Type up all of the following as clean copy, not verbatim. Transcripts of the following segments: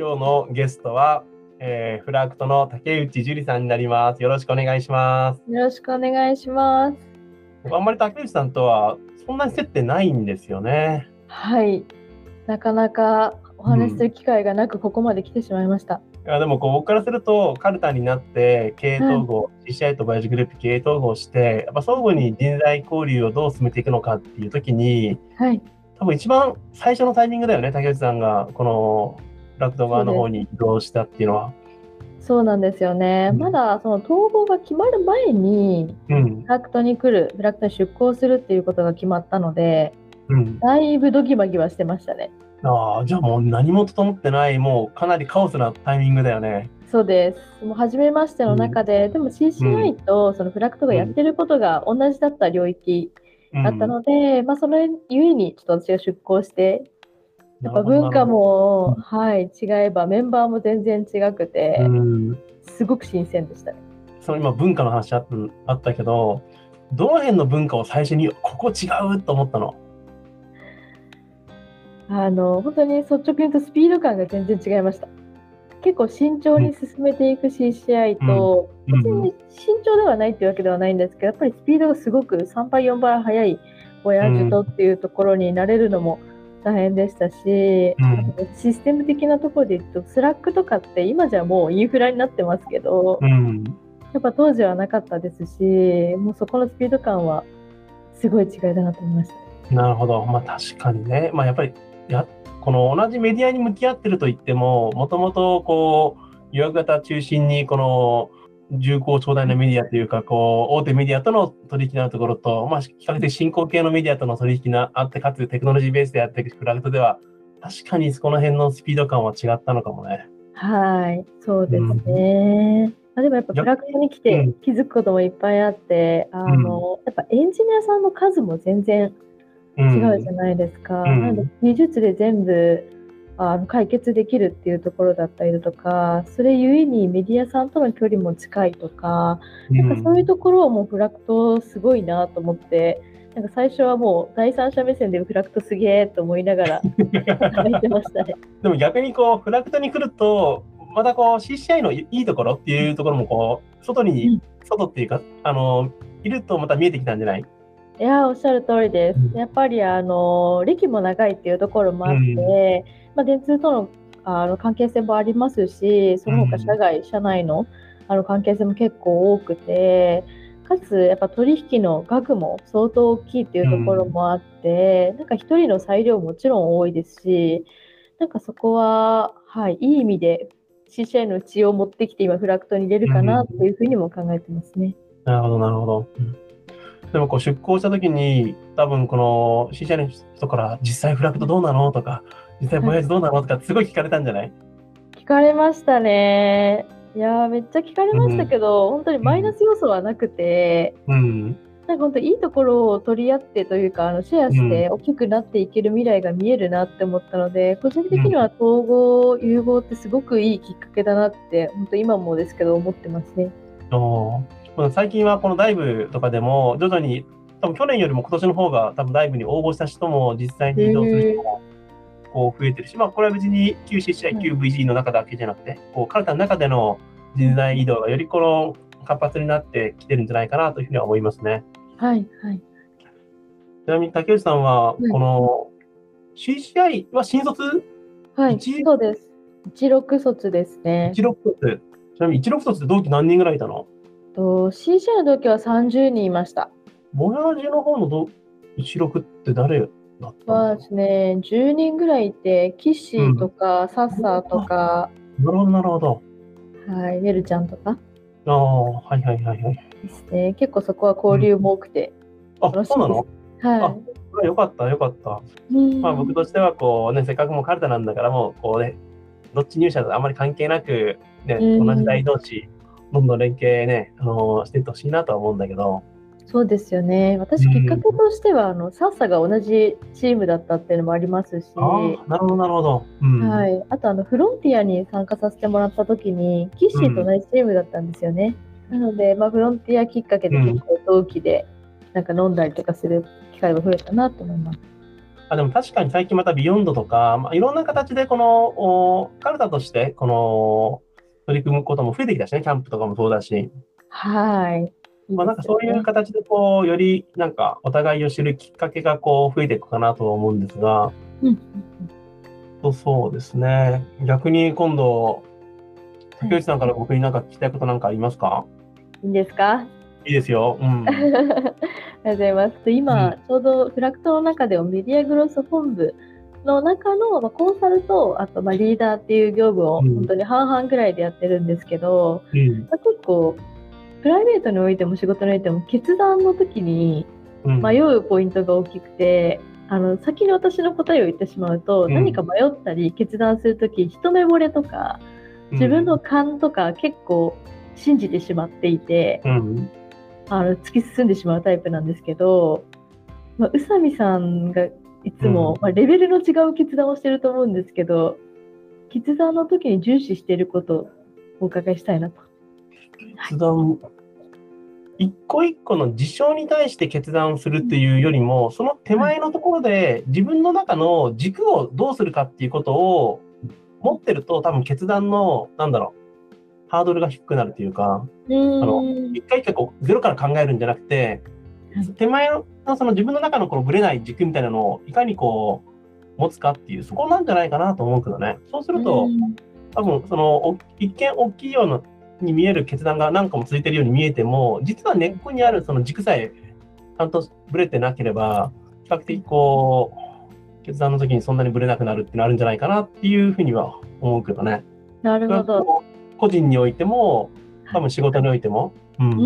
今日のゲストは、フラクトの竹内樹里さんになります。よろしくお願いします。 よろしくお願いします。 あんまり竹内さんとはそんなに接点ないんですよね。 はい。なかなかお話しする機会がなく、ここまで来てしまいました。 いやでも僕からすると、カルタになって経営統合、 はい、 CCI とバイオジグループ経営統合して、やっぱ相互に人材交流をどう進めていくのかっていう時に、 はい、 多分一番最初のタイミングだよね、竹内さんがこのフラクト側の方に移動したっていうのは。 そうなんですよね。まだその統合が決まる前に、フラクトに出向するっていうことが決まったので、だいぶドギマギはしてましたね。 じゃあもう何も整ってない、もうかなりカオスなタイミングだよね。 そうです。もう初めましての中で、でも CCI とそのフラクトがやってることが同じだった領域だったので、それゆえにちょっと私が出向して、やっぱ文化も、違えばメンバーも全然違くて、すごく新鮮でしたね。 今文化の話あったけど、どの辺の文化を最初にここ違うと思ったの？ 本当に率直に言うとスピード感が全然違いました。結構慎重に進めていく CCI と、別に慎重ではないっていうわけではないんですけど、やっぱりスピードがすごく3倍4倍速い親父とっていうところに慣れるのも大変でしたし、システム的なところで言うとスラックとかって今じゃもうインフラになってますけど、やっぱ当時はなかったですし、もうそこのスピード感はすごい違いだなと思いました。 なるほど。確かにね。やっぱりこの同じメディアに向き合ってるといっても、もともとこう予約型中心にこの重厚長大なメディアというか、大手メディアとの取引のあるところと、比較的新興系のメディアとの取引があって、かつテクノロジーベースでやっていくフラクトでは、確かにこの辺のスピード感は違ったのかもね。 はい、そうですね。でもやっぱフラクトに来て気づくこともいっぱいあって、やっぱエンジニアさんの数も全然違うじゃないですか。なので技術で全部解決できるっていうところだったりだとか、それゆえにメディアさんとの距離も近いとか、なんかそういうところをもうフラクトすごいなと思って、なんか最初はもう第三者目線でフラクトすげえと思いながら働いてましたね。 でも逆にフラクトに来ると、またCCI のいいところっていうところも外っていうか、いるとまた見えてきたんじゃない？ いや、おっしゃる通りです。やっぱり歴も長いっていうところもあって、電通との関係性もありますし、その他社内の関係性も結構多くて、かつやっぱ取引の額も相当大きいっていうところもあって、なんか一人の裁量ももちろん多いですし、なんかそこは、いい意味で CCI の血を持ってきて今フラクトに入れるかなっていうふうにも考えてますね。 なるほど、なるほど。でも出向した時に、多分この CCI の人から実際フラクトどうなのとか、実際ボヤージどうなのとか、すごい聞かれたんじゃない？ 聞かれましたね。いやめっちゃ聞かれましたけど、本当にマイナス要素はなくて、なんか本当いいところを取り合ってというか、シェアして大きくなっていける未来が見えるなって思ったので、個人的には統合、融合ってすごくいいきっかけだなって、本当今もですけど思ってますね。 最近はこのダイブとかでも徐々に、多分去年よりも今年の方が多分ダイブに応募した人も実際に移動する人も増えてるし、これは別に旧 CCI、旧 VG の中だけじゃなくて、カルタの中での人材移動がより活発になってきてるんじゃないかなというふうには思いますね。 はいはい。 ちなみに竹内さんは、この CCI は新卒？ はい、そうです。16卒ですね。 16卒。ちなみに16卒って同期何人ぐらいいたの ？CCI の同期は30人いました。 ボヤージの方の16って誰だったんだ？ はですね、10人ぐらいいて、キッシーとか、サッサーとか、 なるほど、なるほど。 はい、ねるちゃんとか。 はいはいはいはい。 ですね。結構そこは交流も多くて、楽しいです。 そうなの？ はい。 よかった、よかった。僕としてはせっかくもうカルタなんだからもうどっち入社とあまり関係なく、同じ代同士、どんどん連携していってほしいなとは思うんだけど。 そうですよね。私、きっかけとしては、サッサが同じチームだったっていうのもありますし、 なるほど、なるほど。 はい。あと、フロンティアに参加させてもらったときに、キッシーと同じチームだったんですよね。なので、フロンティアきっかけで結構同期で、なんか飲んだりとかする機会が増えたなと思います。 でも確かに最近またビヨンドとか、いろんな形でこのカルタとしてこの取り組むことも増えてきたしね、キャンプとかもそうだし。 はい。 なんかそういう形でよりなんかお互いを知るきっかけが増えていくかなと思うんですが、そうですね。逆に今度、竹内さんから僕に何か聞きたいことなんかありますか？ いいんですか？ いいですよ。 ありがとうございます。今、ちょうどフラクトの中でもメディアグロス本部の中の、コンサルと、あとリーダーっていう業務を本当に半々ぐらいでやってるんですけど、結構、プライベートにおいても仕事においても決断の時に迷うポイントが大きくて、先に私の答えを言ってしまうと、何か迷ったり決断する時、一目惚れとか自分の勘とか結構信じてしまっていて、突き進んでしまうタイプなんですけど、宇佐美さんがいつも、レベルの違う決断をしてると思うんですけど、決断の時に重視していることをお伺いしたいなと。 決断、一個一個の事象に対して決断をするっていうよりも、その手前のところで自分の中の軸をどうするかっていうことを持ってると、多分決断の、ハードルが低くなるというか、一回一回ゼロから考えるんじゃなくて、手前のその自分の中のぶれない軸みたいなのをいかに持つかっていう、そこなんじゃないかなと思うけどね。そうすると、多分一見大きいようなに見える決断が何個も続いているように見えても、実は根っこにあるその軸さえちゃんとぶれてなければ、比較的決断の時にそんなにぶれなくなるっていうのあるんじゃないかなっていうふうには思うけどね。 なるほど。 個人においても、多分仕事においても。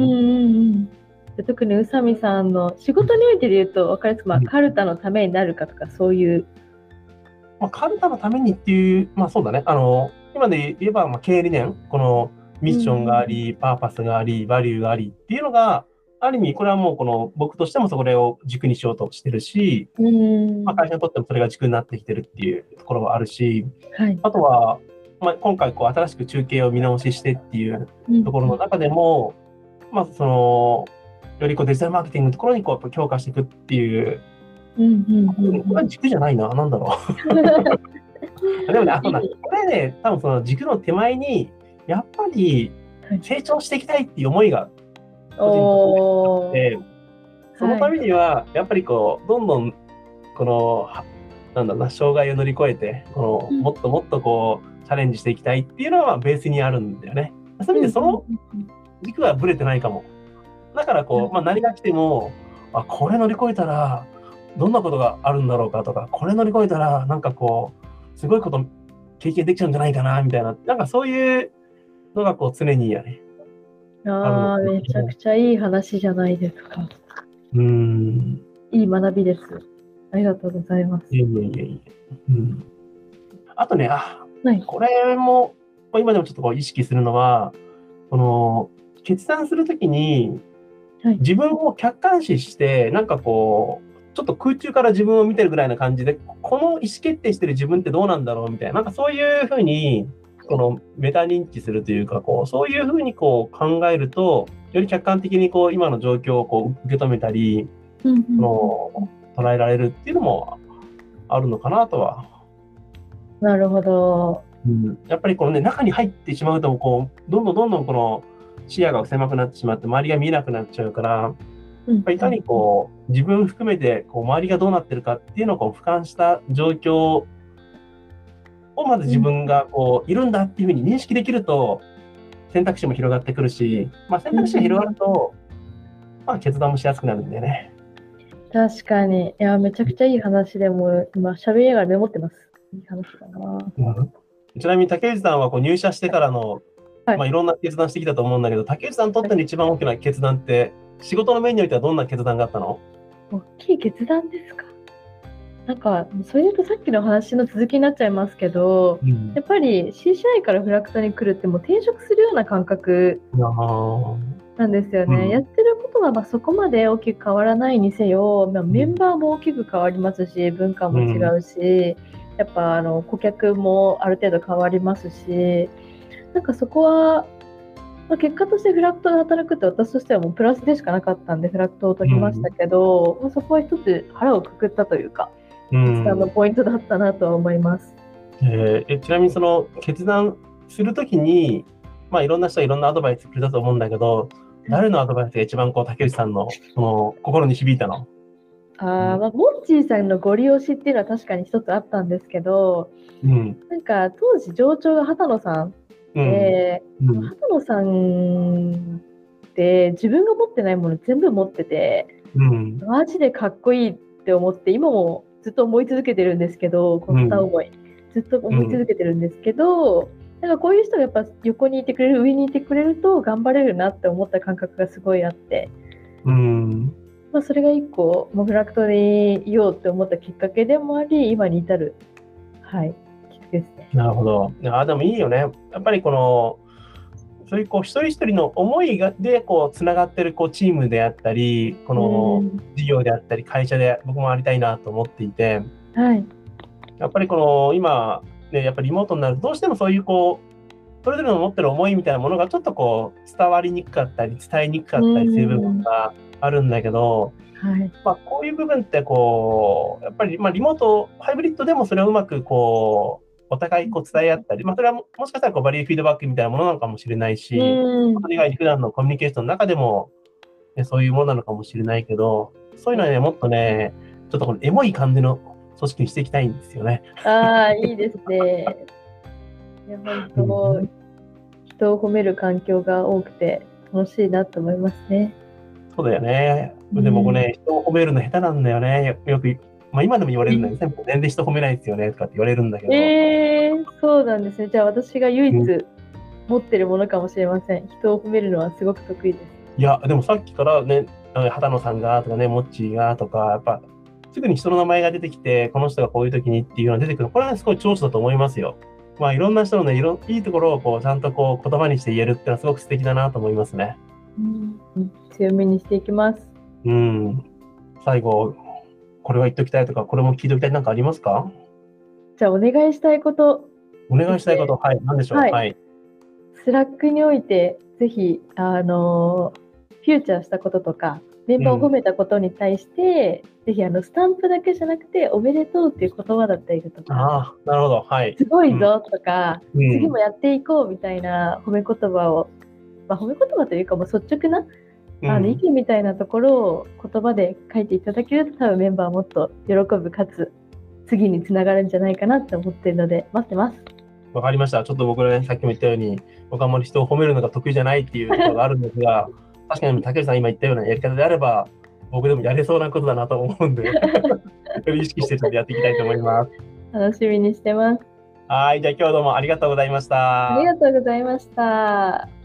特に宇佐美さんの仕事においてで言うと、分かりますか、カルタのためになるかとか、そういう。 カルタのためにっていう、そうだね。今で言えば、経営理念、このミッションがあり、パーパスがあり、バリューがありっていうのが、ある意味、これはもう僕としてもそれを軸にしようとしてるし、会社にとってもそれが軸になってきてるっていうところはあるし、あとは、今回新しく中継を見直ししてっていうところの中でも、よりデジタルマーケティングのところに強化していくっていう、これは軸じゃないな、なんだろう。でもね、これね、多分その軸の手前に、やっぱり成長していきたいっていう思いが個人にあって、そのためには、やっぱりどんどん、障害を乗り越えて、もっともっとチャレンジしていきたいっていうのはベースにあるんだよね。そういう意味でその軸はぶれてないかも。だから何が来ても、これ乗り越えたらどんなことがあるんだろうかとか、これ乗り越えたらすごいこと経験できちゃうんじゃないかなみたいな、そういうのが常にやね。 めちゃくちゃいい話じゃないですか。いい学びです。ありがとうございます。 あとね、これも今でもちょっと意識するのは、決断するときに自分を客観視して、ちょっと空中から自分を見てるぐらいな感じで、この意思決定してる自分ってどうなんだろうみたいな、そういうふうにメタ認知するというか、そういうふうに考えると、より客観的に今の状況を受け止めたり、捉えられるっていうのもあるのかなとは。 なるほど。 やっぱり中に入ってしまうと、どんどん視野が狭くなってしまって、周りが見えなくなっちゃうから、いかに自分含めて周りがどうなってるかっていうのを俯瞰した状況をまず自分がいるんだっていうふうに認識できると、選択肢も広がってくるし、選択肢が広がると、決断もしやすくなるんでね。 確かに。いや、めちゃくちゃいい話で、も今喋りながらメモってます。いい話だな。 ちなみに竹内さんは入社してからの、いろんな決断してきたと思うんだけど、竹内さんにとっての一番大きな決断って、仕事の面においてはどんな決断があったの？ 大きい決断ですか？それで言うとさっきの話の続きになっちゃいますけど、やっぱり CCI からフラクトに来るってもう転職するような感覚なんですよね。やってることはそこまで大きく変わらないにせよ、メンバーも大きく変わりますし、文化も違うし、やっぱ顧客もある程度変わりますし、そこは、結果としてフラクトで働くって私としてはもうプラスでしかなかったんでフラクトを取りましたけど、そこは一つ腹をくくったというか、 決断のポイントだったなとは思います。 ちなみにその決断するときに、いろんな人いろんなアドバイスくれたと思うんだけど、誰のアドバイスが一番竹内さんのその心に響いたの？ モッチーさんのご利用しっていうのは確かに一つあったんですけど、なんか当時上長が畑野さんで、畑野さんって自分が持ってないもの全部持ってて、マジでかっこいいって思って、今もずっと思い続けてるんですけど、この片思い、ずっと思い続けてるんですけど、なんかこういう人がやっぱ横にいてくれる、上にいてくれると頑張れるなって思った感覚がすごいあって、それが一個モグラクトにいようって思ったきっかけでもあり、今に至る、きっかけですね。 なるほど。でもいいよね。やっぱりそういう一人一人の思いでつながってるチームであったり、事業であったり会社で僕もありたいなと思っていて、やっぱり今、ね、やっぱりリモートになるとどうしてもそういうそれぞれの持ってる思いみたいなものがちょっと伝わりにくかったり伝えにくかったりする部分があるんだけど、こういう部分ってやっぱりリモートハイブリッドでもそれをうまくお互い伝え合ったり、それはもしかしたらバリューフィードバックみたいなものなのかもしれないし、それ以外に普段のコミュニケーションの中でも、ね、そういうものなのかもしれないけど、そういうのはね、もっとね、ちょっとエモい感じの組織にしていきたいんですよね。 いいですね。いや、本当、人を褒める環境が多くて楽しいなと思いますね。 そうだよね。でもね、人を褒めるの下手なんだよね。よく、今でも言われるんだけど、全然人褒めないですよねとかって言われるんだけど。 そうなんですね。じゃあ私が唯一持ってるものかもしれません。人を褒めるのはすごく得意です。 いや、でもさっきからね、畑野さんがとかね、モッチーがとか、やっぱすぐに人の名前が出てきて、この人がこういう時にっていうのが出てくる。これは、ね、すごい長所だと思いますよ。いろんな人のね、いいところをちゃんと言葉にして言えるっていうのはすごく素敵だなと思いますね。 強めにしていきます。 最後、これは言っときたいとか、これも聞いておきたいなんかありますか？ じゃあお願いしたいこと。 お願いしたいこと、何でしょう。 スラックにおいて、ぜひ、フューチャーしたこととか、メンバーを褒めたことに対して、ぜひスタンプだけじゃなくて、おめでとうっていう言葉だったりとか、 なるほど、 すごいぞとか、次もやっていこうみたいな褒め言葉を、褒め言葉というかもう率直な意見みたいなところを言葉で書いていただけると、多分メンバーはもっと喜ぶかつ次につながるんじゃないかなって思っているので待ってます。 わかりました。ちょっと僕ね、さっきも言ったように僕はあんまり人を褒めるのが得意じゃないっていうところがあるんですが確かに竹内さん今言ったようなやり方であれば僕でもやれそうなことだなと思うんで意識してちょっとやっていきたいと思います。 楽しみにしてます。 じゃあ今日どうもありがとうございました。 ありがとうございました。